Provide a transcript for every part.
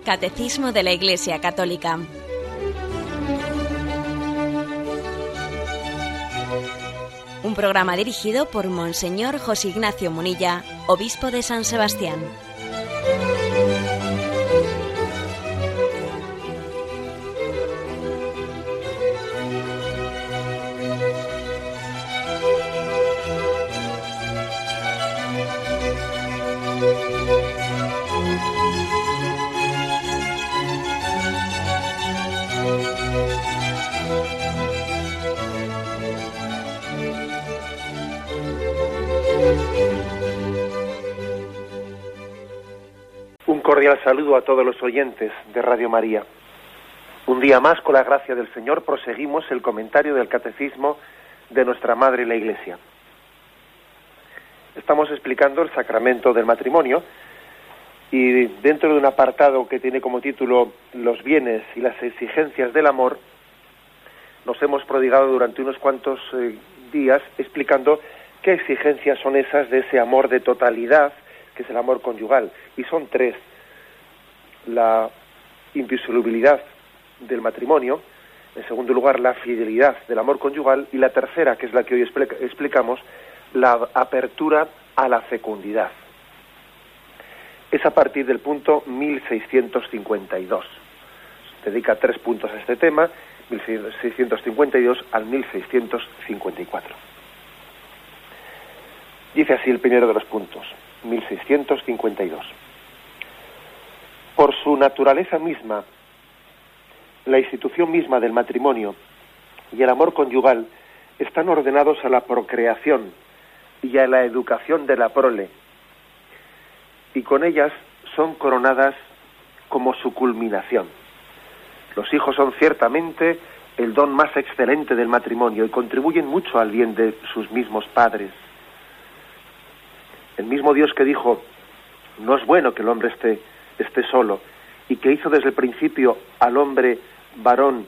Catecismo de la Iglesia Católica. Un programa dirigido por Monseñor José Ignacio Munilla, obispo de San Sebastián. Un cordial saludo a todos los oyentes de Radio María. Un día más, con la gracia del Señor, proseguimos el comentario del Catecismo de nuestra Madre la Iglesia. Estamos explicando el sacramento del matrimonio y dentro de un apartado que tiene como título Los bienes y las exigencias del amor, nos hemos prodigado durante unos cuantos días explicando qué exigencias son esas de ese amor de totalidad, que es el amor conyugal, y son tres: la indisolubilidad del matrimonio, en segundo lugar la fidelidad del amor conyugal, y la tercera, que es la que hoy explicamos, la apertura a la fecundidad. Es a partir del punto 1652. Se dedica 3 puntos a este tema, 1652 al 1654. Dice así el primero de los puntos, 1652. Por su naturaleza misma, la institución misma del matrimonio y el amor conyugal están ordenados a la procreación y a la educación de la prole, y con ellas son coronadas como su culminación. Los hijos son ciertamente el don más excelente del matrimonio y contribuyen mucho al bien de sus mismos padres. El mismo Dios que dijo: no es bueno que el hombre esté solo, y que hizo desde el principio al hombre varón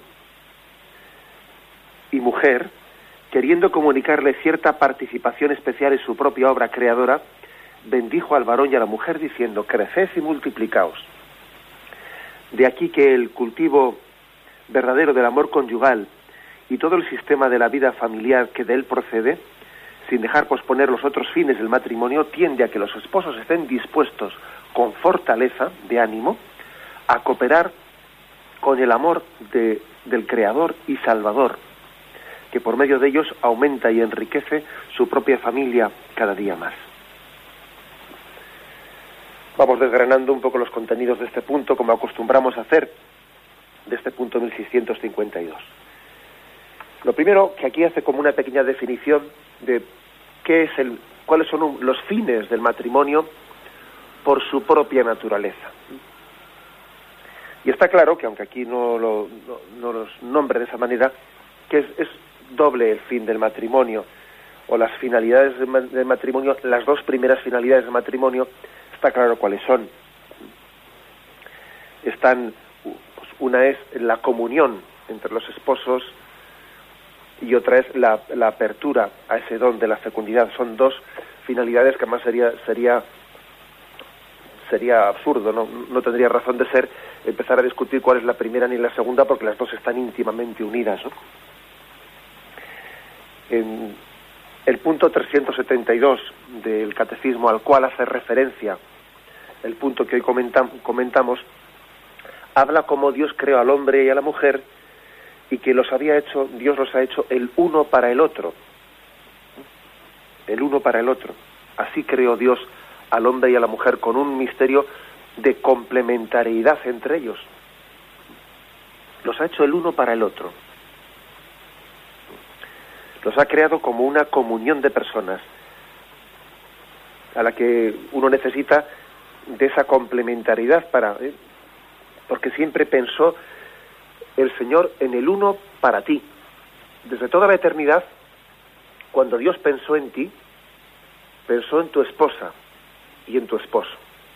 y mujer, queriendo comunicarle cierta participación especial en su propia obra creadora, bendijo al varón y a la mujer diciendo: creced y multiplicaos. De aquí que el cultivo verdadero del amor conyugal y todo el sistema de la vida familiar que de él procede, sin dejar posponer los otros fines del matrimonio, tiende a que los esposos estén dispuestos con fortaleza de ánimo a cooperar con el amor del Creador y Salvador, que por medio de ellos aumenta y enriquece su propia familia cada día más. Vamos desgranando un poco los contenidos de este punto, como acostumbramos a hacer, de este punto 1652. Lo primero, que aquí hace como una pequeña definición de cuáles son los fines del matrimonio por su propia naturaleza. Y está claro que, aunque aquí no los nombre de esa manera, que es doble el fin del matrimonio, o las finalidades del matrimonio, las dos primeras finalidades del matrimonio, está claro cuáles son. Una es la comunión entre los esposos y otra es la apertura a ese don de la fecundidad. Son dos finalidades que además sería absurdo, no tendría razón de ser empezar a discutir cuál es la primera ni la segunda, porque las dos están íntimamente unidas, ¿no? En el punto 372 del Catecismo, al cual hace referencia el punto que hoy comentamos, habla cómo Dios creó al hombre y a la mujer y que Dios los ha hecho el uno para el otro. El uno para el otro. Así creó Dios al hombre y a la mujer, con un misterio de complementariedad entre ellos. Los ha hecho el uno para el otro. Los ha creado como una comunión de personas a la que uno necesita de esa complementariedad porque siempre pensó el Señor en el uno para ti. Desde toda la eternidad, cuando Dios pensó en ti, pensó en tu esposa y en tu esposo.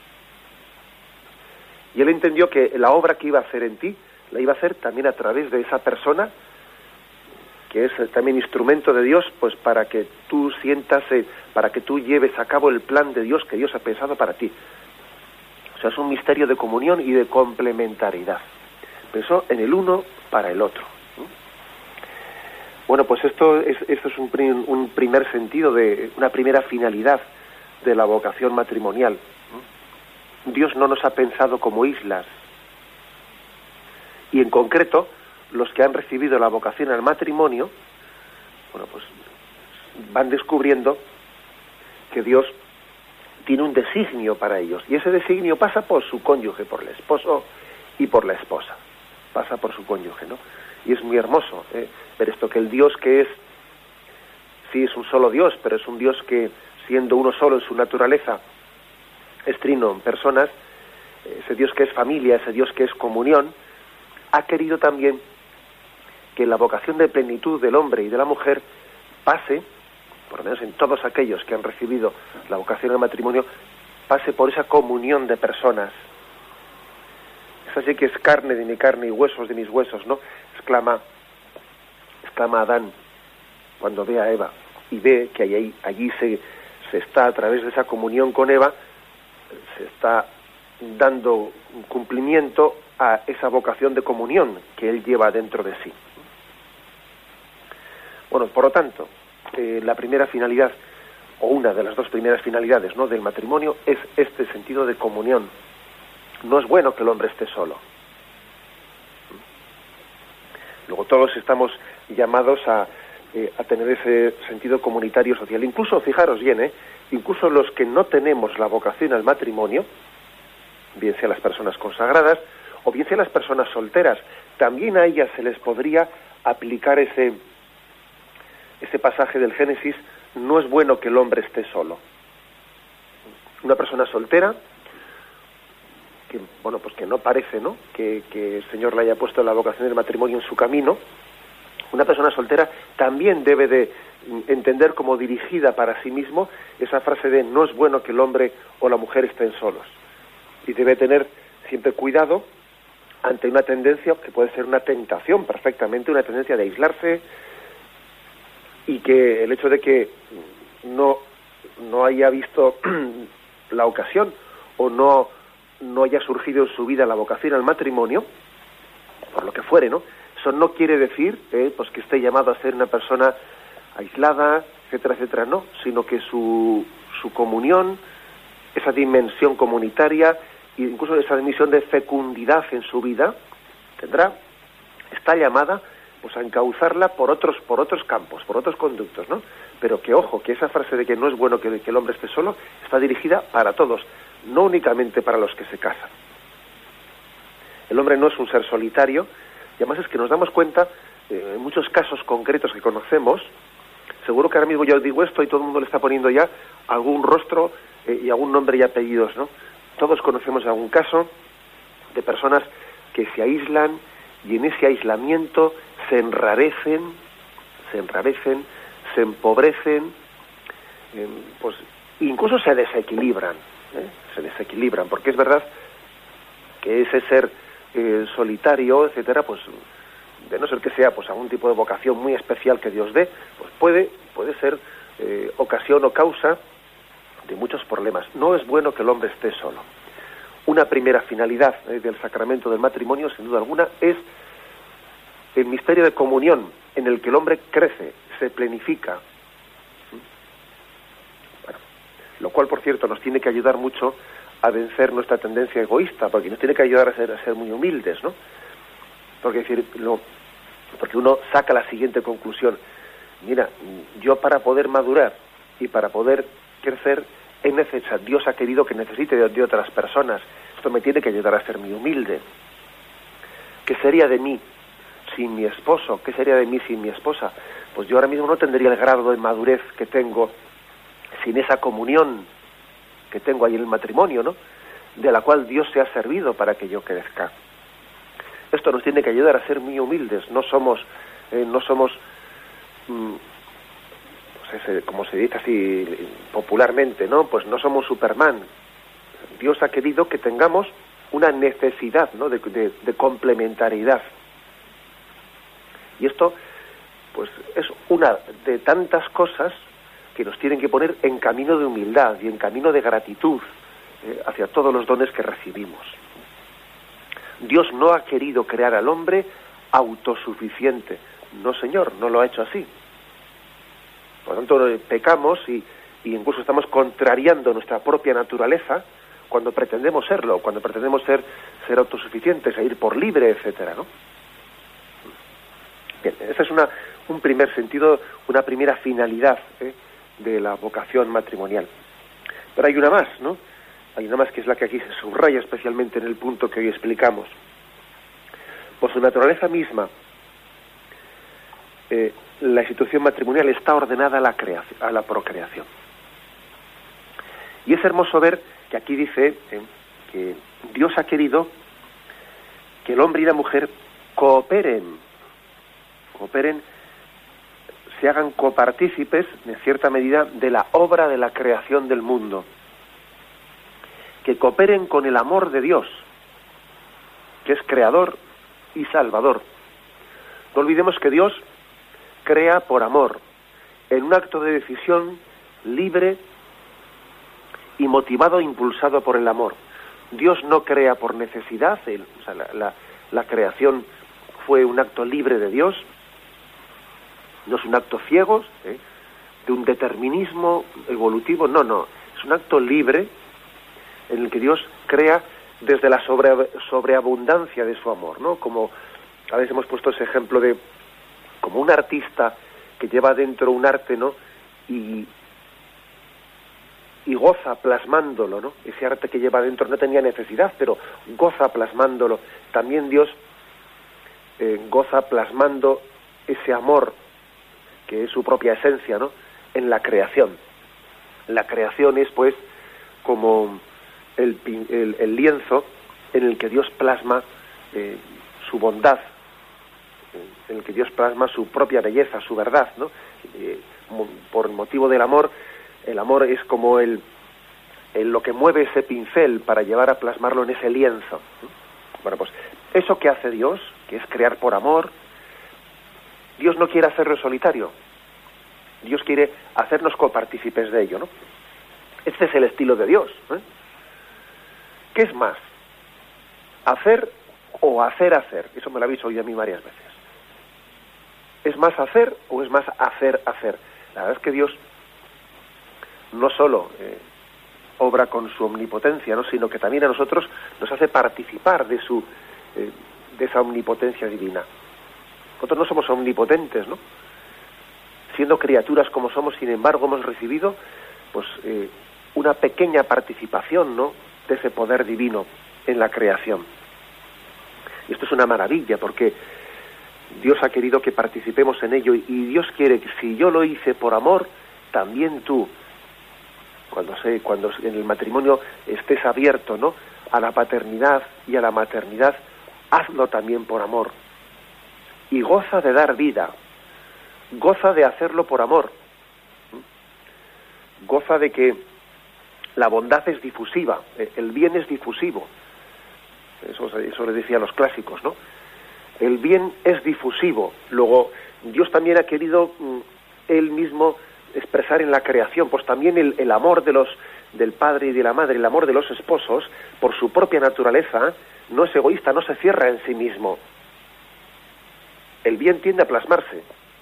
Y Él entendió que la obra que iba a hacer en ti, la iba a hacer también a través de esa persona, que es también instrumento de Dios, pues para que tú para que tú lleves a cabo el plan de Dios que Dios ha pensado para ti. O sea, es un misterio de comunión y de complementariedad. Pensó en el uno para el otro. Bueno, pues esto es un primer sentido, de una primera finalidad de la vocación matrimonial. Dios no nos ha pensado como islas. Y en concreto, los que han recibido la vocación al matrimonio, bueno, pues van descubriendo que Dios tiene un designio para ellos. Y ese designio pasa por su cónyuge, por el esposo y por la esposa. Pasa por su cónyuge, ¿no? Y es muy hermoso ver esto, que el Dios que es, sí es un solo Dios, pero es un Dios que, siendo uno solo en su naturaleza, es trino en personas, ese Dios que es familia, ese Dios que es comunión, ha querido también que la vocación de plenitud del hombre y de la mujer pase, por lo menos en todos aquellos que han recibido la vocación al matrimonio, pase por esa comunión de personas. Es así que es carne de mi carne y huesos de mis huesos, ¿no? Exclama Adán cuando ve a Eva y ve que allí se está, a través de esa comunión con Eva, se está dando cumplimiento a esa vocación de comunión que él lleva dentro de sí. Bueno, por lo tanto, la primera finalidad, o una de las dos primeras finalidades, ¿no?, del matrimonio, es este sentido de comunión. No es bueno que el hombre esté solo. Luego todos estamos llamados a tener ese sentido comunitario social. Incluso, fijaros bien, incluso los que no tenemos la vocación al matrimonio, bien sea las personas consagradas o bien sea las personas solteras, también a ellas se les podría aplicar ese pasaje del Génesis: no es bueno que el hombre esté solo. Una persona soltera, que bueno, pues que no parece, ¿no?, que el Señor le haya puesto la vocación del matrimonio en su camino, una persona soltera también debe de entender como dirigida para sí mismo esa frase de no es bueno que el hombre o la mujer estén solos, y debe tener siempre cuidado ante una tendencia que puede ser una tentación perfectamente, una tendencia de aislarse, y que el hecho de que no haya visto la ocasión o no haya surgido en su vida la vocación al matrimonio, por lo que fuere, ¿no?, eso no quiere decir pues que esté llamado a ser una persona aislada, etcétera, etcétera, no, sino que su comunión, esa dimensión comunitaria, e incluso esa dimensión de fecundidad en su vida, está llamada pues a encauzarla por otros campos, por otros conductos, ¿no? Pero que, ojo, que esa frase de que no es bueno que el hombre esté solo está dirigida para todos, no únicamente para los que se casan. El hombre no es un ser solitario, y además es que nos damos cuenta, en muchos casos concretos que conocemos, seguro que ahora mismo yo digo esto y todo el mundo le está poniendo ya algún rostro y algún nombre y apellidos, ¿no? Todos conocemos algún caso de personas que se aíslan y en ese aislamiento se enrarecen, se empobrecen, pues incluso se desequilibran, porque es verdad que ese ser solitario, etcétera, pues de no ser que sea pues algún tipo de vocación muy especial que Dios dé, pues puede ser ocasión o causa de muchos problemas. No es bueno que el hombre esté solo. Una primera finalidad del sacramento del matrimonio, sin duda alguna, es el misterio de comunión en el que el hombre crece, se plenifica. Bueno, lo cual, por cierto, nos tiene que ayudar mucho a vencer nuestra tendencia egoísta, porque nos tiene que ayudar a ser muy humildes, ¿no? Porque uno saca la siguiente conclusión: mira, yo para poder madurar y para poder crecer Dios ha querido que necesite de otras personas. Esto me tiene que ayudar a ser muy humilde. ¿Qué sería de mí sin mi esposo? ¿Qué sería de mí sin mi esposa? Pues yo ahora mismo no tendría el grado de madurez que tengo sin esa comunión que tengo ahí en el matrimonio, ¿no?, de la cual Dios se ha servido para que yo crezca. Esto nos tiene que ayudar a ser muy humildes. No somos como se dice así popularmente, ¿no?, pues no somos Superman. Dios ha querido que tengamos una necesidad, ¿no?, de complementariedad. Y esto, pues, es una de tantas cosas que nos tienen que poner en camino de humildad y en camino de gratitud, hacia todos los dones que recibimos. Dios no ha querido crear al hombre autosuficiente. No, Señor, no lo ha hecho así. Por lo tanto, pecamos y incluso estamos contrariando nuestra propia naturaleza cuando pretendemos serlo, cuando pretendemos ser autosuficientes, e ir por libre, etcétera, ¿no? Bien, ese es un primer sentido, una primera finalidad de la vocación matrimonial. Pero hay una más, ¿no? Hay una más, que es la que aquí se subraya especialmente en el punto que hoy explicamos. Por su naturaleza misma, la institución matrimonial está ordenada a la procreación. Y es hermoso ver que aquí dice que Dios ha querido que el hombre y la mujer cooperen, se hagan copartícipes, en cierta medida, de la obra de la creación del mundo. Que cooperen con el amor de Dios, que es creador y salvador. No olvidemos que Dios crea por amor, en un acto de decisión libre y motivado e impulsado por el amor. Dios no crea por necesidad, la creación fue un acto libre de Dios, no es un acto ciego, de un determinismo evolutivo, no, es un acto libre en el que Dios crea desde la sobreabundancia de su amor, ¿no? Como a veces hemos puesto ese ejemplo de como un artista que lleva dentro un arte, ¿no? Y goza plasmándolo, ¿no? Ese arte que lleva dentro no tenía necesidad, pero goza plasmándolo. También Dios goza plasmando ese amor que es su propia esencia, ¿no? En la creación. La creación es, pues, como el lienzo en el que Dios plasma su bondad, en el que Dios plasma su propia belleza, su verdad, ¿no? Por motivo del amor, el amor es como lo que mueve ese pincel para llevar a plasmarlo en ese lienzo. Bueno, pues eso que hace Dios, que es crear por amor, Dios no quiere hacerlo solitario. Dios quiere hacernos copartícipes de ello, ¿no? Este es el estilo de Dios, ¿eh? ¿Qué es más? ¿Hacer o hacer? Eso me lo habéis oído a mí varias veces. ¿Es más hacer o es más hacer? La verdad es que Dios no solo obra con su omnipotencia, ¿no? Sino que también a nosotros nos hace participar de esa omnipotencia divina. Nosotros no somos omnipotentes, ¿no? Siendo criaturas como somos, sin embargo, hemos recibido pues una pequeña participación, ¿no?, de ese poder divino en la creación. Y esto es una maravilla, porque Dios ha querido que participemos en ello, y Dios quiere que si yo lo hice por amor, también tú, cuando en el matrimonio estés abierto, ¿no?, a la paternidad y a la maternidad, hazlo también por amor. Y goza de dar vida, goza de hacerlo por amor, goza de que la bondad es difusiva, el bien es difusivo. Eso le decía a los clásicos, ¿no? El bien es difusivo. Luego, Dios también ha querido Él mismo expresar en la creación, pues también el amor del padre y de la madre, el amor de los esposos, por su propia naturaleza, no es egoísta, no se cierra en sí mismo. El bien tiende a plasmarse.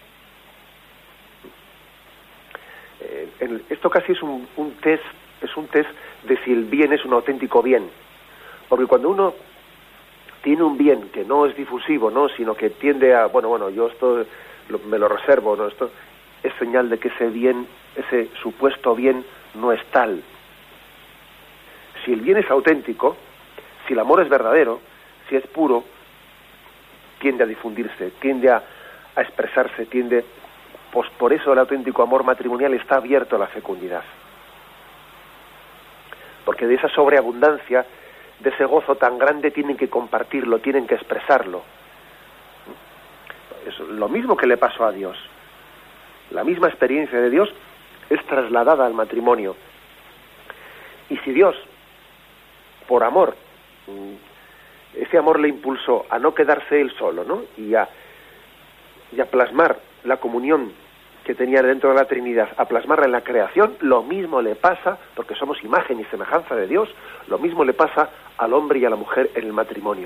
Esto casi es un test de si el bien es un auténtico bien, porque cuando uno tiene un bien que no es difusivo, no, sino que tiende a yo esto me lo reservo, no, esto es señal de que ese bien, ese supuesto bien, no es tal. Si el bien es auténtico, si el amor es verdadero, si es puro, tiende a difundirse, tiende a expresarse, pues por eso el auténtico amor matrimonial está abierto a la fecundidad. Porque de esa sobreabundancia, de ese gozo tan grande, tienen que compartirlo, tienen que expresarlo. Es lo mismo que le pasó a Dios. La misma experiencia de Dios es trasladada al matrimonio. Y si Dios, por amor, ese amor le impulsó a no quedarse él solo, ¿no?, y a plasmar la comunión que tenía dentro de la Trinidad a plasmarla en la creación, lo mismo le pasa, porque somos imagen y semejanza de Dios, lo mismo le pasa al hombre y a la mujer en el matrimonio.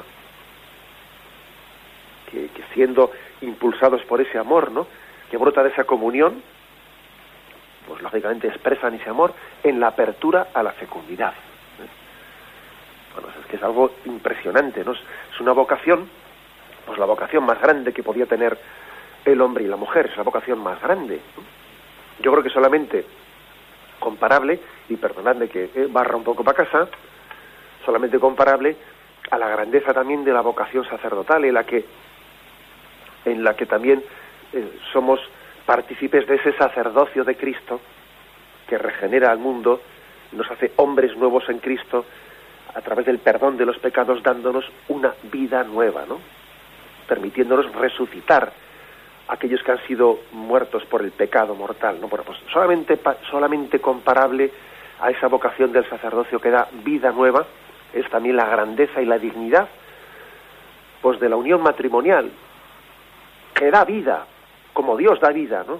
Que siendo impulsados por ese amor, ¿no?, que brota de esa comunión, pues lógicamente expresan ese amor en la apertura a la fecundidad. Bueno, es que es algo impresionante, ¿no? Es una vocación, pues la vocación más grande que podía tener el hombre y la mujer, es la vocación más grande. Yo creo que solamente comparable, y perdonadme que barra un poco para casa, solamente comparable a la grandeza también de la vocación sacerdotal, en la que también somos partícipes de ese sacerdocio de Cristo que regenera al mundo, nos hace hombres nuevos en Cristo a través del perdón de los pecados, dándonos una vida nueva, ¿no?, permitiéndonos resucitar a aquellos que han sido muertos por el pecado mortal, ¿no? Bueno, pues solamente comparable a esa vocación del sacerdocio que da vida nueva es también la grandeza y la dignidad, pues, de la unión matrimonial, que da vida, como Dios da vida, ¿no?,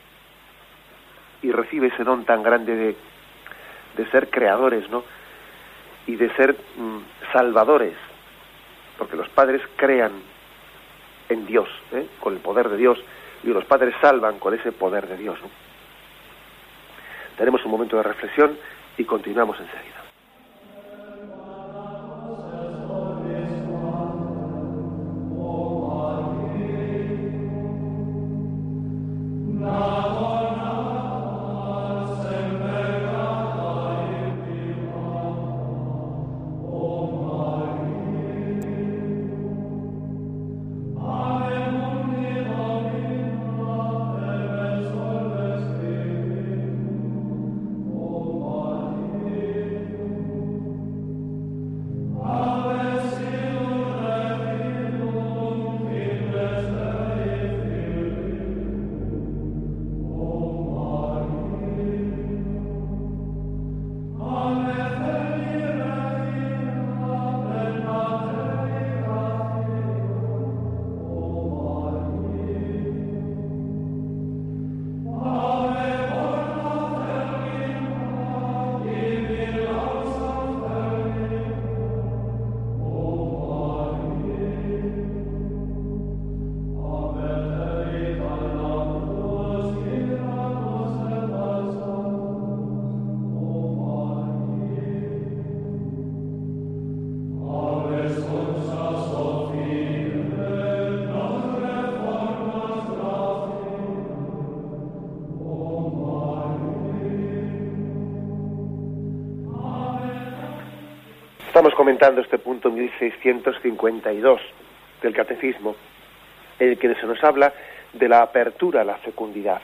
y recibe ese don tan grande de ser creadores, ¿no?, y de ser salvadores, porque los padres crean en Dios, con el poder de Dios, y los padres salvan con ese poder de Dios, ¿no? Tenemos un momento de reflexión y continuamos enseguida. Estamos comentando este punto 1652 del Catecismo, en el que se nos habla de la apertura a la fecundidad.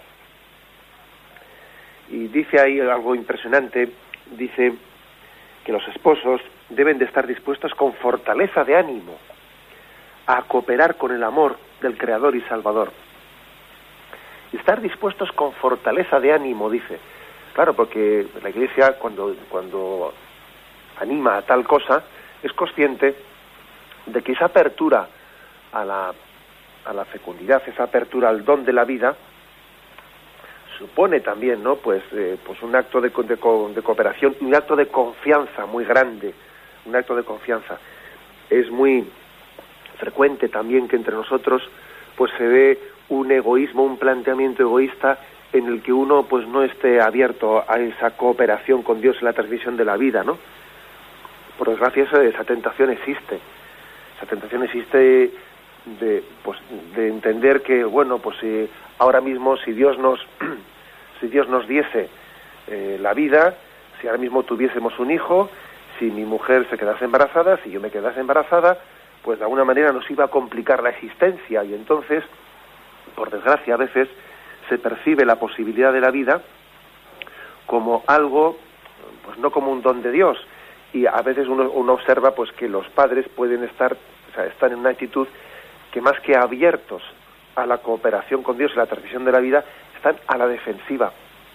Y dice ahí algo impresionante, dice que los esposos deben de estar dispuestos con fortaleza de ánimo a cooperar con el amor del Creador y Salvador. Y estar dispuestos con fortaleza de ánimo, dice. Claro, porque la Iglesia cuando anima a tal cosa, es consciente de que esa apertura a la fecundidad, esa apertura al don de la vida, supone también, ¿no?, pues un acto de cooperación y un acto de confianza muy grande, un acto de confianza. Es muy frecuente también que entre nosotros pues se ve un egoísmo, un planteamiento egoísta en el que uno pues no esté abierto a esa cooperación con Dios en la transmisión de la vida, ¿no? Por desgracia esa tentación existe. Esa tentación existe de entender que, bueno, pues ahora mismo si Dios nos diese la vida, si ahora mismo tuviésemos un hijo, si mi mujer se quedase embarazada, si yo me quedase embarazada, pues de alguna manera nos iba a complicar la existencia, y entonces, por desgracia, a veces se percibe la posibilidad de la vida como algo, pues no como un don de Dios. Y a veces uno observa pues que los padres pueden están en una actitud que, más que abiertos a la cooperación con Dios en la transmisión de la vida, están a la defensiva,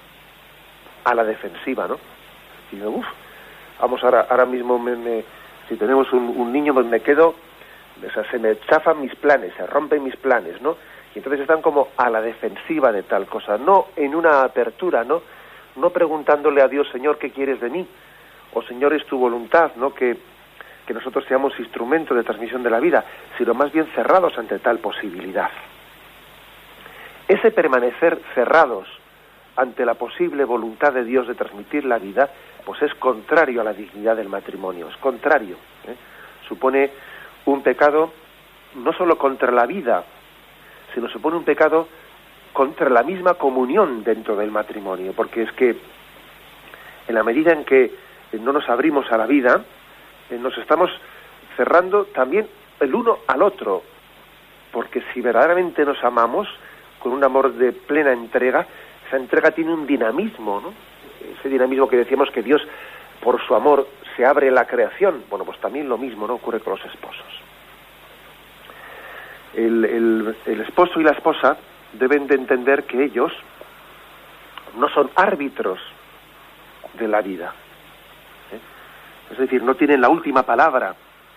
¿no? Y digo, vamos, ahora mismo si tenemos un niño, pues me quedo, o sea, se me chafan mis planes, se rompen mis planes, ¿no? Y entonces están como a la defensiva de tal cosa, no en una apertura, no preguntándole a Dios, Señor, ¿qué quieres de mí? O Señor, es tu voluntad, ¿no? Que nosotros seamos instrumento de transmisión de la vida, sino más bien cerrados ante tal posibilidad. Ese permanecer cerrados ante la posible voluntad de Dios de transmitir la vida, pues es contrario a la dignidad del matrimonio, es contrario, supone un pecado no solo contra la vida, sino supone un pecado contra la misma comunión dentro del matrimonio, porque es que en la medida en que no nos abrimos a la vida, nos estamos cerrando también el uno al otro, porque si verdaderamente nos amamos con un amor de plena entrega, esa entrega tiene un dinamismo, ¿no? Ese dinamismo que decíamos que Dios, por su amor, se abre la creación. Bueno, pues también lo mismo, ¿no?, ocurre con los esposos. El esposo y la esposa deben de entender que ellos no son árbitros de la vida. Es decir, no tienen la última palabra.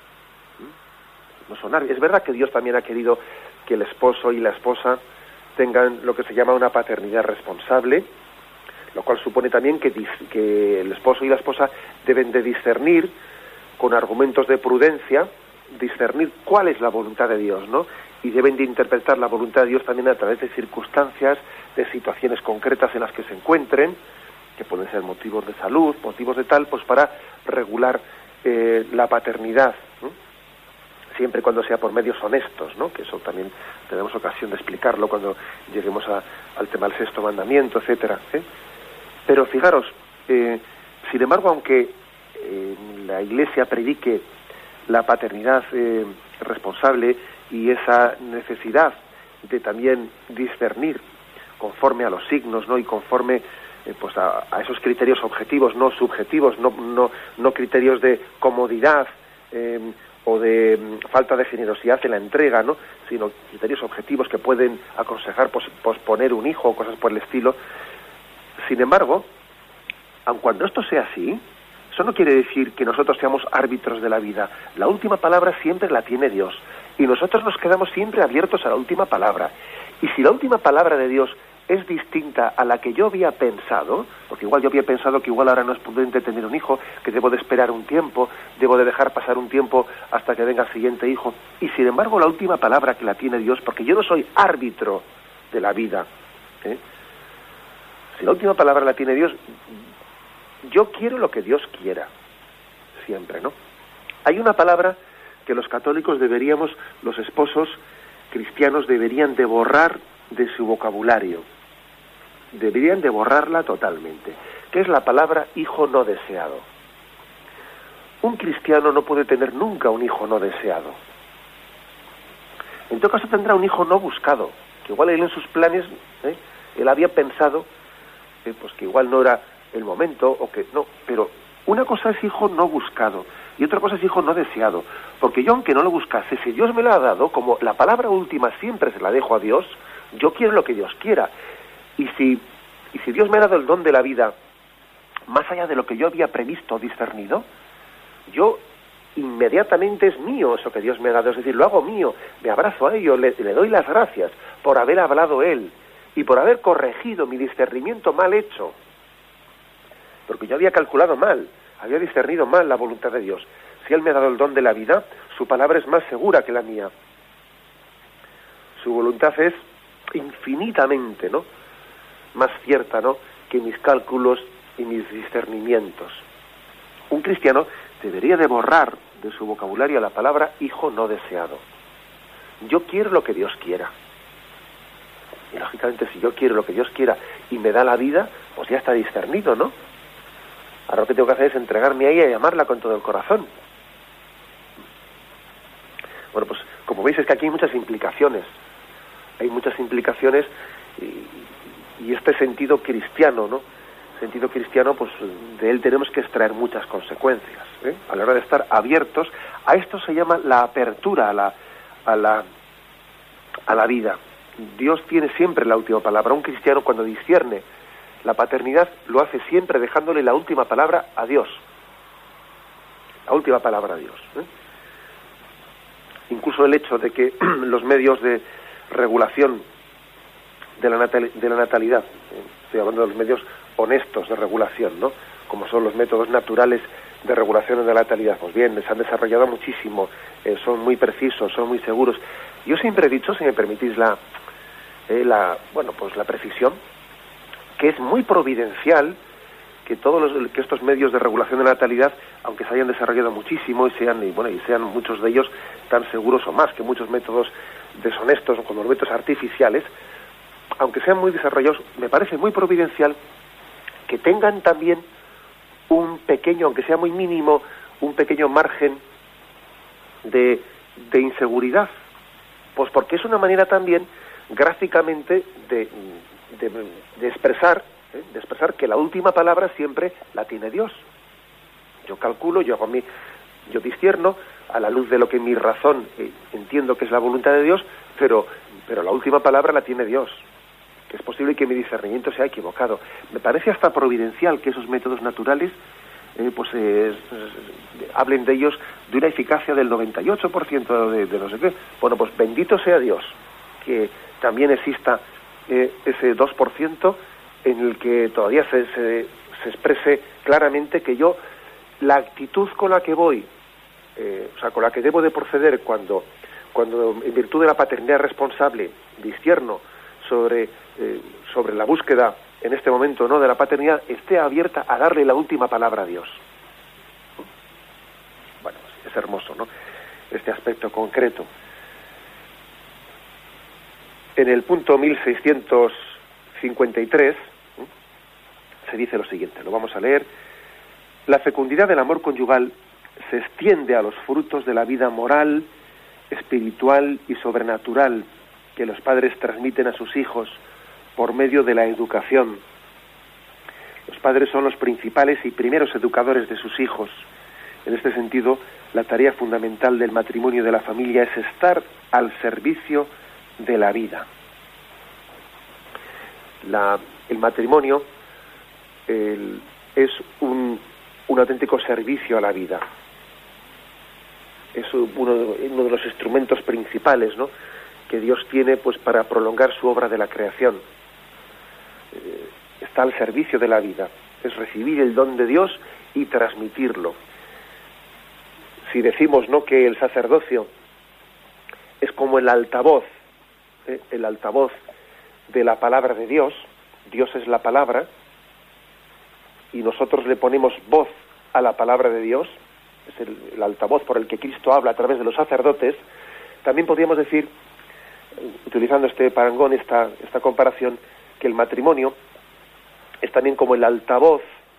No son árbitros. Es verdad que Dios también ha querido que el esposo y la esposa tengan lo que se llama una paternidad responsable, lo cual supone también que el esposo y la esposa deben de discernir con argumentos de prudencia, discernir cuál es la voluntad de Dios, ¿no? Y deben de interpretar la voluntad de Dios también a través de circunstancias, de situaciones concretas en las que se encuentren, que pueden ser motivos de salud, motivos de tal, pues para regular la paternidad, ¿no? Siempre cuando sea por medios honestos, ¿no? Que eso también tenemos ocasión de explicarlo cuando lleguemos al tema del sexto mandamiento, etcétera, Pero fijaros, sin embargo, aunque la Iglesia predique la paternidad responsable y esa necesidad de también discernir conforme a los signos, ¿no?, y conforme pues a esos criterios objetivos, no subjetivos, no criterios de comodidad o de falta de generosidad en la entrega, ¿no?, sino criterios objetivos que pueden aconsejar posponer un hijo o cosas por el estilo. Sin embargo, aun cuando esto sea así, eso no quiere decir que nosotros seamos árbitros de la vida. La última palabra siempre la tiene Dios, y nosotros nos quedamos siempre abiertos a la última palabra. Y si la última palabra de Dios es distinta a la que yo había pensado, porque igual yo había pensado que igual ahora no es prudente tener un hijo, que debo de esperar un tiempo, debo de dejar pasar un tiempo hasta que venga el siguiente hijo, y sin embargo la última palabra que la tiene Dios, porque yo no soy árbitro de la vida, si la última palabra la tiene Dios, yo quiero lo que Dios quiera, siempre, ¿no? Hay una palabra que los católicos deberíamos, los esposos cristianos deberían de borrar de su vocabulario, deberían de borrarla totalmente, que es la palabra hijo no deseado. Un cristiano no puede tener nunca un hijo no deseado. En todo caso tendrá un hijo no buscado, que igual él en sus planes, él había pensado pues que igual no era el momento, o que no, pero una cosa es hijo no buscado y otra cosa es hijo no deseado, porque yo aunque no lo buscase, si Dios me lo ha dado, como la palabra última siempre se la dejo a Dios, yo quiero lo que Dios quiera, y si Dios me ha dado el don de la vida más allá de lo que yo había previsto o discernido, yo inmediatamente es mío eso que Dios me ha dado, es decir, lo hago mío, me abrazo a ello, le doy las gracias por haber hablado Él y por haber corregido mi discernimiento mal hecho, porque yo había calculado mal, había discernido mal la voluntad de Dios. Si Él me ha dado el don de la vida, su palabra es más segura que la mía. Su voluntad es infinitamente, ¿no?, más cierta, ¿no?, que mis cálculos y mis discernimientos. Un cristiano debería de borrar de su vocabulario la palabra hijo no deseado. Yo quiero lo que Dios quiera. Y lógicamente si yo quiero lo que Dios quiera y me da la vida, pues ya está discernido, ¿no? Ahora lo que tengo que hacer es entregarme a ella y amarla con todo el corazón. Bueno, pues como veis es que aquí hay muchas implicaciones. Hay muchas implicaciones y este sentido cristiano, ¿no? Sentido cristiano, pues de él tenemos que extraer muchas consecuencias, a la hora de estar abiertos. A esto se llama la apertura a la vida. Dios tiene siempre la última palabra. Un cristiano cuando discierne la paternidad lo hace siempre dejándole la última palabra a Dios. La última palabra a Dios. Incluso el hecho de que los medios regulación de la natalidad. Estoy hablando de los medios honestos de regulación, ¿no? Como son los métodos naturales de regulación de la natalidad. Pues bien, se han desarrollado muchísimo, son muy precisos, son muy seguros. Yo siempre he dicho, si me permitís la precisión, que es muy providencial que que estos medios de regulación de la natalidad, aunque se hayan desarrollado muchísimo y sean muchos de ellos tan seguros o más que muchos métodos deshonestos o como métodos artificiales, aunque sean muy desarrollados, me parece muy providencial que tengan también un pequeño, aunque sea muy mínimo, un pequeño margen de inseguridad. Pues porque es una manera también gráficamente de expresar que la última palabra siempre la tiene Dios. Yo calculo, yo discierno a la luz de lo que mi razón entiendo que es la voluntad de Dios, pero la última palabra la tiene Dios. Que es posible que mi discernimiento sea equivocado. Me parece hasta providencial que esos métodos naturales hablen de ellos de una eficacia del 98% de no sé qué. Bueno, pues bendito sea Dios que también exista ese 2% en el que todavía se exprese claramente que yo, la actitud con la que voy, con la que debo de proceder cuando en virtud de la paternidad responsable discierno sobre la búsqueda en este momento, ¿no?, de la paternidad, esté abierta a darle la última palabra a Dios. Bueno, es hermoso, ¿no?, este aspecto concreto. En el punto 1653 se dice lo siguiente, lo vamos a leer: la fecundidad del amor conyugal se extiende a los frutos de la vida moral, espiritual y sobrenatural que los padres transmiten a sus hijos por medio de la educación. Los padres son los principales y primeros educadores de sus hijos. En este sentido, la tarea fundamental del matrimonio y de la familia es estar al servicio de la vida. El matrimonio es un auténtico servicio a la vida. Es uno de los instrumentos principales, ¿no?, que Dios tiene pues para prolongar su obra de la creación. Está al servicio de la vida, es recibir el don de Dios y transmitirlo. Si decimos, ¿no?, que el sacerdocio es como el altavoz de la palabra de Dios, Dios es la palabra, y nosotros le ponemos voz a la palabra de Dios, es el altavoz por el que Cristo habla a través de los sacerdotes, también podríamos decir, utilizando este parangón, esta comparación, que el matrimonio es también como el altavoz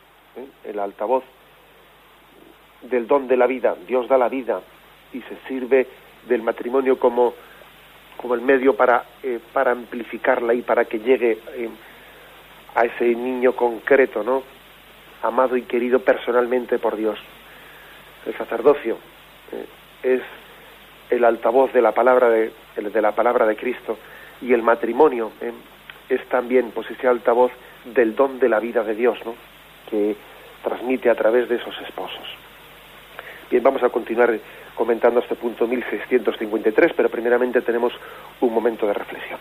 del don de la vida. Dios da la vida y se sirve del matrimonio como el medio para amplificarla y para que llegue a ese niño concreto, ¿no?, amado y querido personalmente por Dios. El sacerdocio es el altavoz de la palabra de Cristo, y el matrimonio es también pues ese altavoz del don de la vida de Dios, ¿no?, que transmite a través de esos esposos. Bien, vamos a continuar comentando este punto 1653, pero primeramente tenemos un momento de reflexión.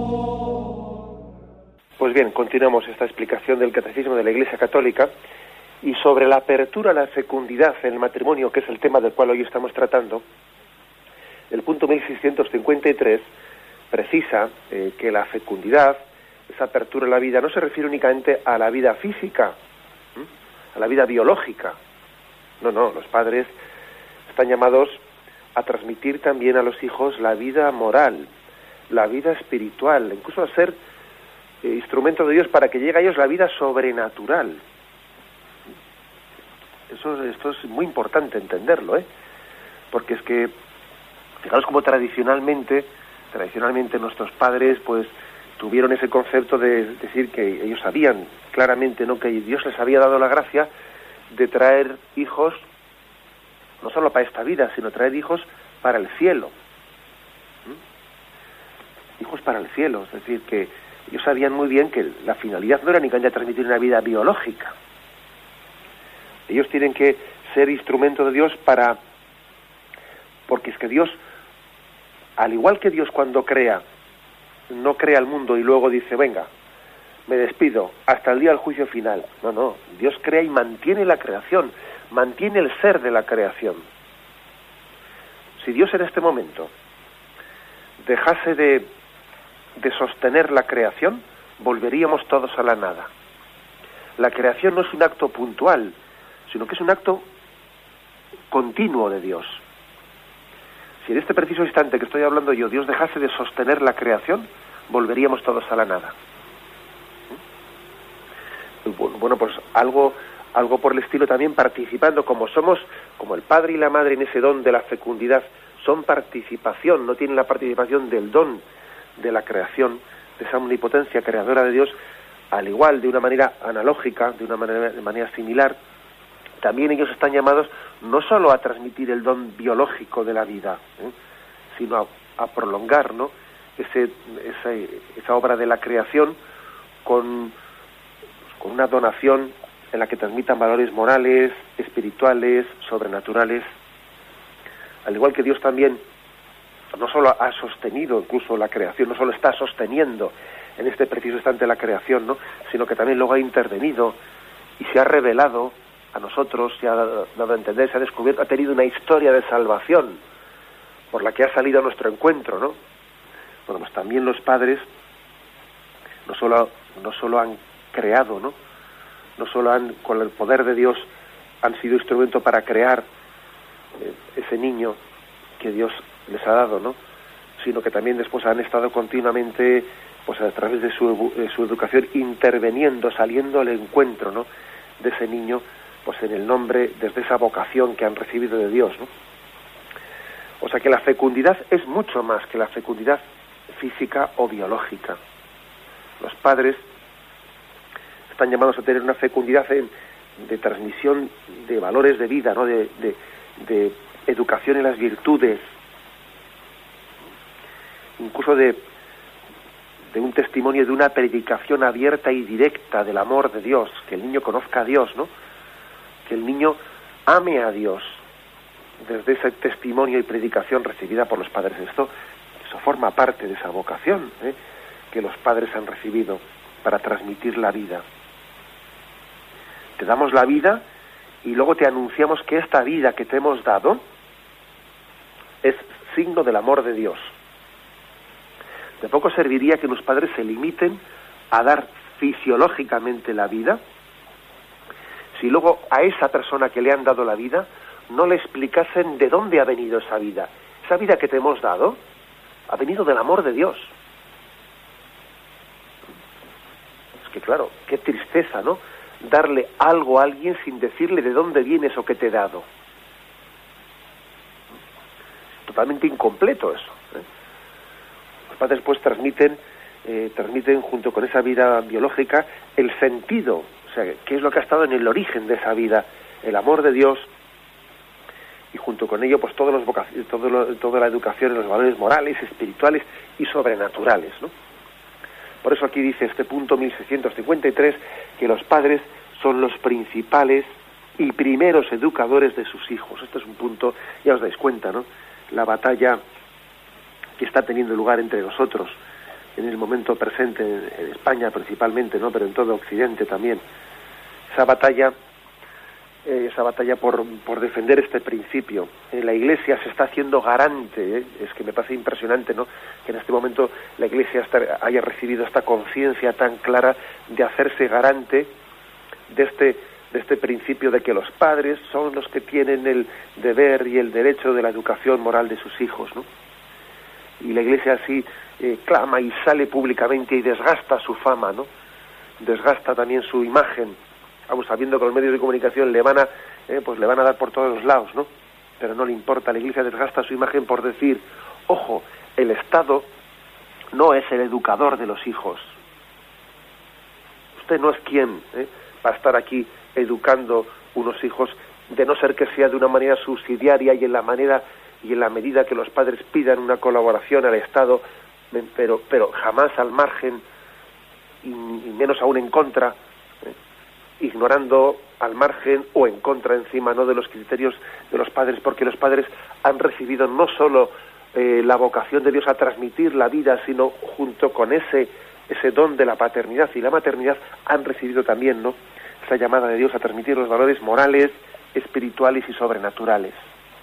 Pues bien, continuamos esta explicación del Catecismo de la Iglesia Católica Y sobre la apertura a la fecundidad en el matrimonio, que es el tema del cual hoy estamos tratando, el punto 1653 precisa que la fecundidad, esa apertura a la vida, no se refiere únicamente a la vida física, a la vida biológica. No, los padres están llamados a transmitir también a los hijos la vida moral, la vida espiritual, incluso a ser instrumento de Dios para que llegue a ellos la vida sobrenatural. Esto es muy importante entenderlo, porque es que, fijaros cómo tradicionalmente nuestros padres pues tuvieron ese concepto de decir que ellos sabían claramente, ¿no?, que Dios les había dado la gracia de traer hijos no solo para esta vida, sino traer hijos para el cielo. Hijos para el cielo, es decir, que ellos sabían muy bien que la finalidad no era únicamente transmitir una vida biológica. Ellos tienen que ser instrumento de Dios porque es que Dios, al igual que Dios cuando crea, no crea el mundo y luego dice, venga, me despido, hasta el día del juicio final. No, Dios crea y mantiene la creación, mantiene el ser de la creación. Si Dios en este momento dejase de sostener la creación, volveríamos todos a la nada. La creación no es un acto puntual, sino que es un acto continuo de Dios. Si en este preciso instante que estoy hablando yo, Dios dejase de sostener la creación, volveríamos todos a la nada. Bueno, pues algo por el estilo también, participando, como el padre y la madre en ese don de la fecundidad, son participación, no tienen la participación del don de la creación, de esa omnipotencia creadora de Dios, al igual, de una manera analógica, de manera similar, también ellos están llamados no solo a transmitir el don biológico de la vida, sino a prolongar, ¿no?, esa obra de la creación con una donación en la que transmitan valores morales, espirituales, sobrenaturales. Al igual que Dios también no solo ha sostenido incluso la creación, no solo está sosteniendo en este preciso instante la creación, ¿no?, sino que también luego ha intervenido y se ha revelado a nosotros, se ha dado a entender, se ha descubierto, ha tenido una historia de salvación por la que ha salido a nuestro encuentro, ¿no? Bueno, pues también los padres no solo han creado, no solo con el poder de Dios han sido instrumento para crear ese niño que Dios les ha dado, ¿no?, sino que también después han estado continuamente, pues a través de su educación, interviniendo, saliendo al encuentro, ¿no?, de ese niño, pues en el nombre, desde esa vocación que han recibido de Dios, ¿no? O sea que la fecundidad es mucho más que la fecundidad física o biológica. Los padres están llamados a tener una fecundidad de transmisión de valores de vida, ¿no?, de educación en las virtudes, incluso de un testimonio, de una predicación abierta y directa del amor de Dios, que el niño conozca a Dios, ¿no?, que el niño ame a Dios desde ese testimonio y predicación recibida por los padres. Eso forma parte de esa vocación que los padres han recibido para transmitir la vida. Te damos la vida y luego te anunciamos que esta vida que te hemos dado es signo del amor de Dios. De poco serviría que los padres se limiten a dar fisiológicamente la vida si luego a esa persona que le han dado la vida no le explicasen de dónde ha venido esa vida. Esa vida que te hemos dado ha venido del amor de Dios. Es que claro, qué tristeza, ¿no?, darle algo a alguien sin decirle de dónde viene eso que te he dado. Totalmente incompleto eso. Los padres pues transmiten junto con esa vida biológica el sentido, o sea, qué es lo que ha estado en el origen de esa vida, el amor de Dios, y junto con ello pues toda la educación en los valores morales, espirituales y sobrenaturales, ¿no? Por eso aquí dice este punto 1653 que los padres son los principales y primeros educadores de sus hijos. Este es un punto, ya os dais cuenta, ¿no?, la batalla que está teniendo lugar entre nosotros en el momento presente, en España principalmente, ¿no?, pero en todo Occidente también. Esa batalla esa batalla por defender este principio. La Iglesia se está haciendo garante, es que me parece impresionante, ¿no?, que en este momento la Iglesia haya recibido esta conciencia tan clara de hacerse garante de este principio de que los padres son los que tienen el deber y el derecho de la educación moral de sus hijos, ¿no? Y la Iglesia así clama y sale públicamente y desgasta su fama, ¿no? Desgasta también su imagen, vamos, sabiendo que los medios de comunicación le van a dar por todos los lados, ¿no? Pero no le importa. La Iglesia desgasta su imagen por decir, ojo, el Estado no es el educador de los hijos. Usted no es quien va a estar aquí educando unos hijos, de no ser que sea de una manera subsidiaria y en la medida que los padres pidan una colaboración al Estado, pero jamás al margen y menos aún en contra, ignorando al margen o en contra encima, no de los criterios de los padres, porque los padres han recibido no solo la vocación de Dios a transmitir la vida, sino junto con ese don de la paternidad y la maternidad han recibido también, ¿no?, esa llamada de Dios a transmitir los valores morales, espirituales y sobrenaturales.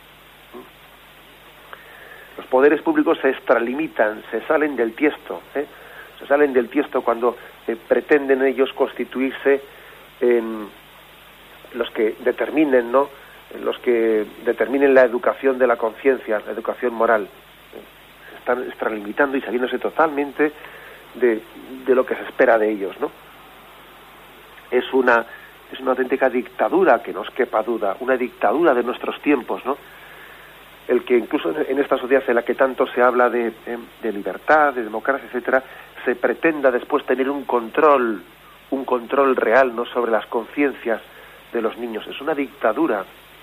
Los poderes públicos se extralimitan, se salen del tiesto, se salen del tiesto cuando pretenden ellos constituirse en los que determinen, ¿no?, en los que determinen la educación de la conciencia, la educación moral. Se están extralimitando y saliéndose totalmente de lo que se espera de ellos, ¿no? Es una auténtica dictadura, que no os quepa duda, una dictadura de nuestros tiempos, ¿no? El que incluso en esta sociedad en la que tanto se habla de libertad, de democracia, etcétera, se pretenda después tener un control real, ¿no?, sobre las conciencias de los niños. Es una dictadura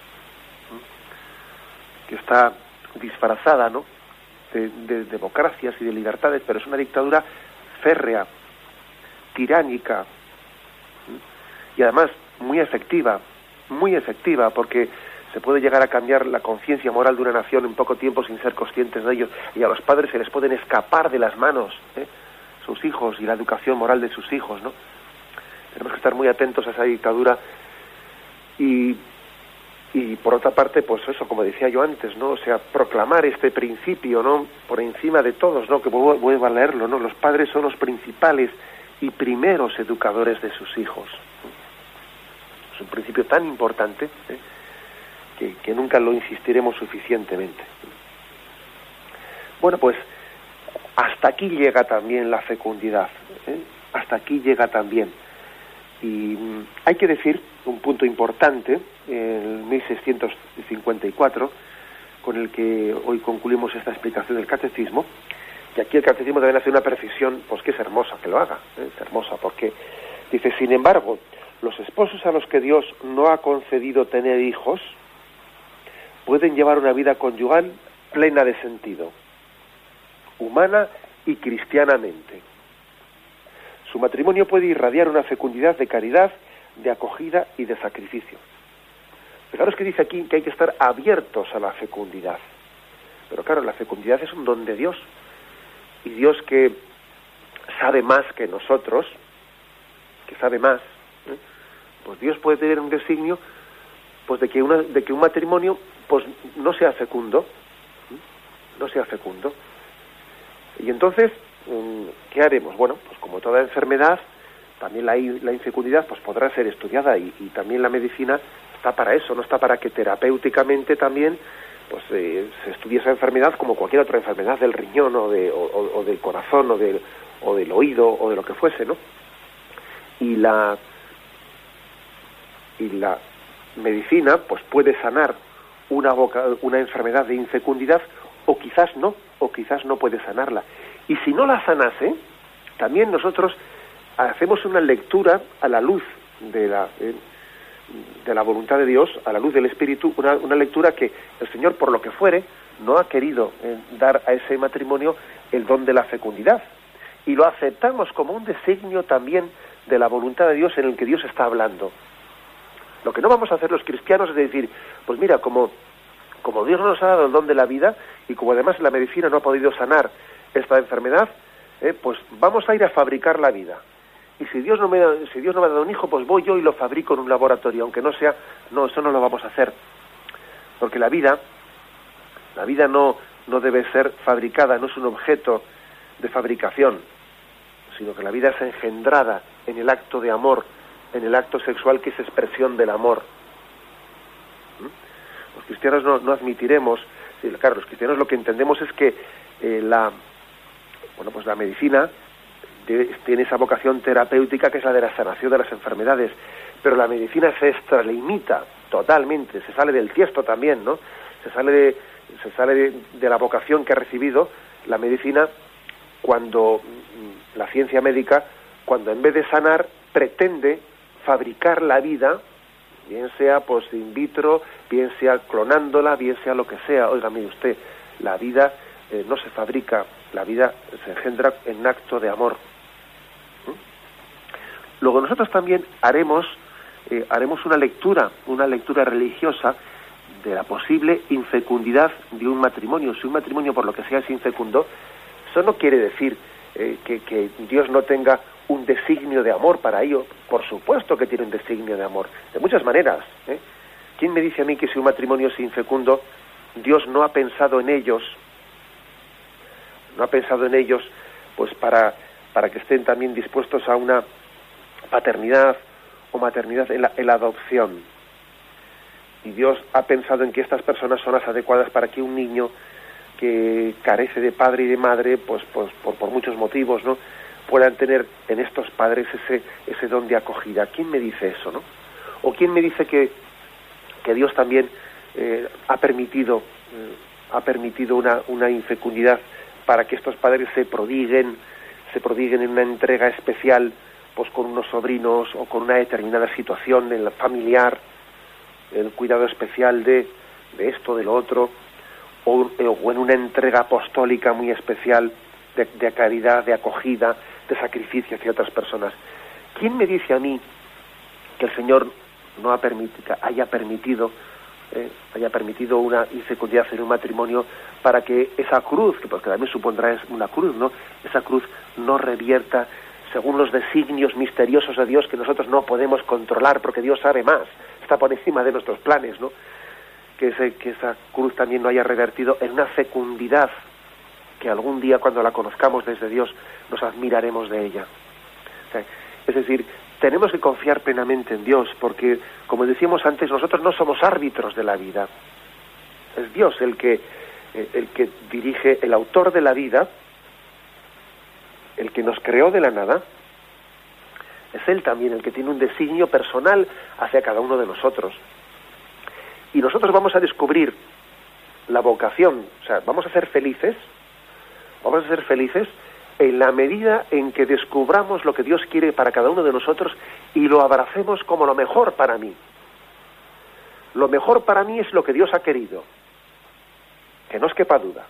que está disfrazada, ¿no?, de democracias y de libertades, pero es una dictadura férrea, tiránica, y además muy efectiva, porque se puede llegar a cambiar la conciencia moral de una nación en poco tiempo sin ser conscientes de ello, y a los padres se les pueden escapar de las manos sus hijos y la educación moral de sus hijos, ¿no? Tenemos que estar muy atentos a esa dictadura y por otra parte, pues eso, como decía yo antes, ¿no?, o sea, proclamar este principio, ¿no?, por encima de todos, ¿no?, que vuelvo a leerlo, ¿no?, los padres son los principales y primeros educadores de sus hijos. Es un principio tan importante que nunca lo insistiremos suficientemente. Bueno, pues hasta aquí llega también la fecundidad, hasta aquí llega también. Y hay que decir un punto importante, en 1654, con el que hoy concluimos esta explicación del catecismo, y aquí el catecismo debe hacer una precisión, pues que es hermosa que lo haga, es hermosa, porque dice, sin embargo, los esposos a los que Dios no ha concedido tener hijos pueden llevar una vida conyugal plena de sentido, humana y cristianamente. Su matrimonio puede irradiar una fecundidad de caridad, de acogida y de sacrificio. Fijaros que dice aquí que hay que estar abiertos a la fecundidad. Pero claro, la fecundidad es un don de Dios. Y Dios, que sabe más que nosotros, que sabe más, pues Dios puede tener un designio, pues de que un matrimonio pues no sea fecundo, y entonces ¿qué haremos? Bueno, pues como toda enfermedad, también la infecundidad pues podrá ser estudiada, y también la medicina está para eso, no está para que terapéuticamente también pues se estudie esa enfermedad como cualquier otra enfermedad del riñón o del corazón o del oído o de lo que fuese, ¿no? Y la medicina pues puede sanar una enfermedad de infecundidad, o quizás no puede sanarla. Y si no la sanase, también nosotros hacemos una lectura a la luz de la voluntad de Dios, a la luz del Espíritu, una lectura que el Señor, por lo que fuere, no ha querido dar a ese matrimonio el don de la fecundidad. Y lo aceptamos como un designio también de la voluntad de Dios en el que Dios está hablando. Lo que no vamos a hacer los cristianos es decir, pues mira, como Dios nos ha dado el don de la vida, y como además la medicina no ha podido sanar esta enfermedad, pues vamos a ir a fabricar la vida. y si Dios no me ha dado un hijo, pues voy yo y lo fabrico en un laboratorio, aunque no sea, no, eso no lo vamos a hacer, porque la vida no debe ser fabricada, no es un objeto de fabricación, sino que la vida es engendrada en el acto de amor, en el acto sexual, que es expresión del amor. Los cristianos no admitiremos, claro, los cristianos lo que entendemos es que la medicina tiene esa vocación terapéutica que es la de la sanación de las enfermedades, pero la medicina se extralimita totalmente, se sale del tiesto también, ¿no? Se sale de la vocación que ha recibido la medicina cuando la ciencia médica, cuando en vez de sanar, pretende fabricar la vida, bien sea pues in vitro, bien sea clonándola, bien sea lo que sea. Oiga, mire usted, la vida no se fabrica, la vida se engendra en acto de amor. Luego nosotros también haremos una lectura religiosa de la posible infecundidad de un matrimonio. Si un matrimonio por lo que sea es infecundo, eso no quiere decir que Dios no tenga un designio de amor para ello. Por supuesto que tiene un designio de amor, de muchas maneras. ¿Quién me dice a mí que si un matrimonio es infecundo, Dios no ha pensado en ellos? No ha pensado en ellos pues para que estén también dispuestos a una paternidad o maternidad en la adopción. Y Dios ha pensado en que estas personas son las adecuadas para que un niño que carece de padre y de madre, pues por muchos motivos, ¿no?, puedan tener en estos padres ese don de acogida. ¿Quién me dice eso, no? ¿O quién me dice que Dios también ha permitido una infecundidad para que estos padres se prodiguen en una entrega especial, pues con unos sobrinos o con una determinada situación en la familiar, el cuidado especial de esto, de lo otro, o en una entrega apostólica muy especial de caridad, de acogida, de sacrificio hacia otras personas? ¿Quién me dice a mí que el Señor no haya permitido una infecundidad en un matrimonio para que esa cruz, que porque también supondrá es una cruz, ¿no?, esa cruz no revierta según los designios misteriosos de Dios que nosotros no podemos controlar, porque Dios sabe más, está por encima de nuestros planes, ¿no? Que esa cruz también no haya revertido en una fecundidad que algún día, cuando la conozcamos desde Dios, nos admiraremos de ella. O sea, es decir, tenemos que confiar plenamente en Dios, porque, como decíamos antes, nosotros no somos árbitros de la vida. Es Dios el que dirige, el autor de la vida, el que nos creó de la nada. Es Él también el que tiene un designio personal hacia cada uno de nosotros. Y nosotros vamos a descubrir la vocación, o sea, vamos a ser felices en la medida en que descubramos lo que Dios quiere para cada uno de nosotros y lo abracemos como lo mejor para mí. Lo mejor para mí es lo que Dios ha querido, que no os quepa duda.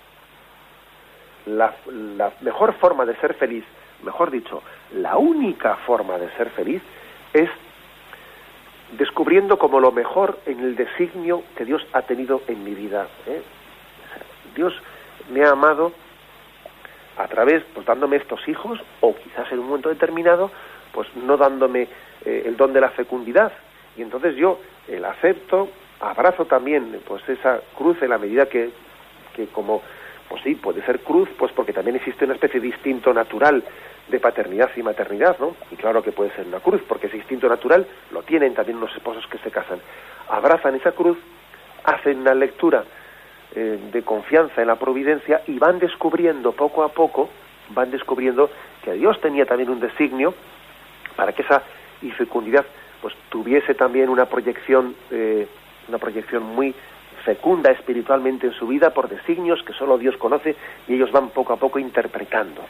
La mejor forma de ser feliz, mejor dicho, la única forma de ser feliz es descubriendo como lo mejor en el designio que Dios ha tenido en mi vida. Dios me ha amado a través, pues dándome estos hijos, o quizás en un momento determinado, pues no dándome el don de la fecundidad. Y entonces yo la acepto, abrazo también pues esa cruz en la medida que como, pues sí, puede ser cruz, pues porque también existe una especie de instinto natural de paternidad y maternidad, ¿no? Y claro que puede ser una cruz, porque ese instinto natural lo tienen también los esposos que se casan. Abrazan esa cruz, hacen una lectura de confianza en la providencia y van descubriendo poco a poco, que Dios tenía también un designio para que esa infecundidad pues tuviese también una proyección muy fecunda espiritualmente en su vida por designios que solo Dios conoce y ellos van poco a poco interpretando.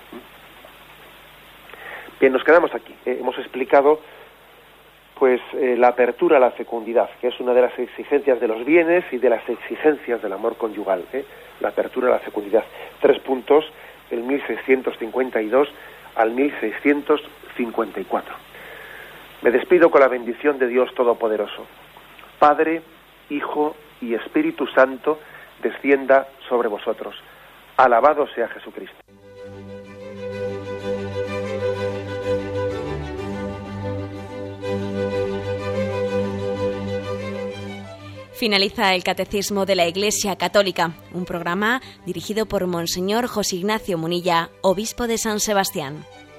Bien, nos quedamos aquí. Hemos explicado pues la apertura a la fecundidad, que es una de las exigencias de los bienes y de las exigencias del amor conyugal, la apertura a la fecundidad. 3 puntos, el 1652 al 1654. Me despido con la bendición de Dios Todopoderoso. Padre, Hijo y Espíritu Santo, descienda sobre vosotros. Alabado sea Jesucristo. Finaliza el Catecismo de la Iglesia Católica, un programa dirigido por Monseñor José Ignacio Munilla, obispo de San Sebastián.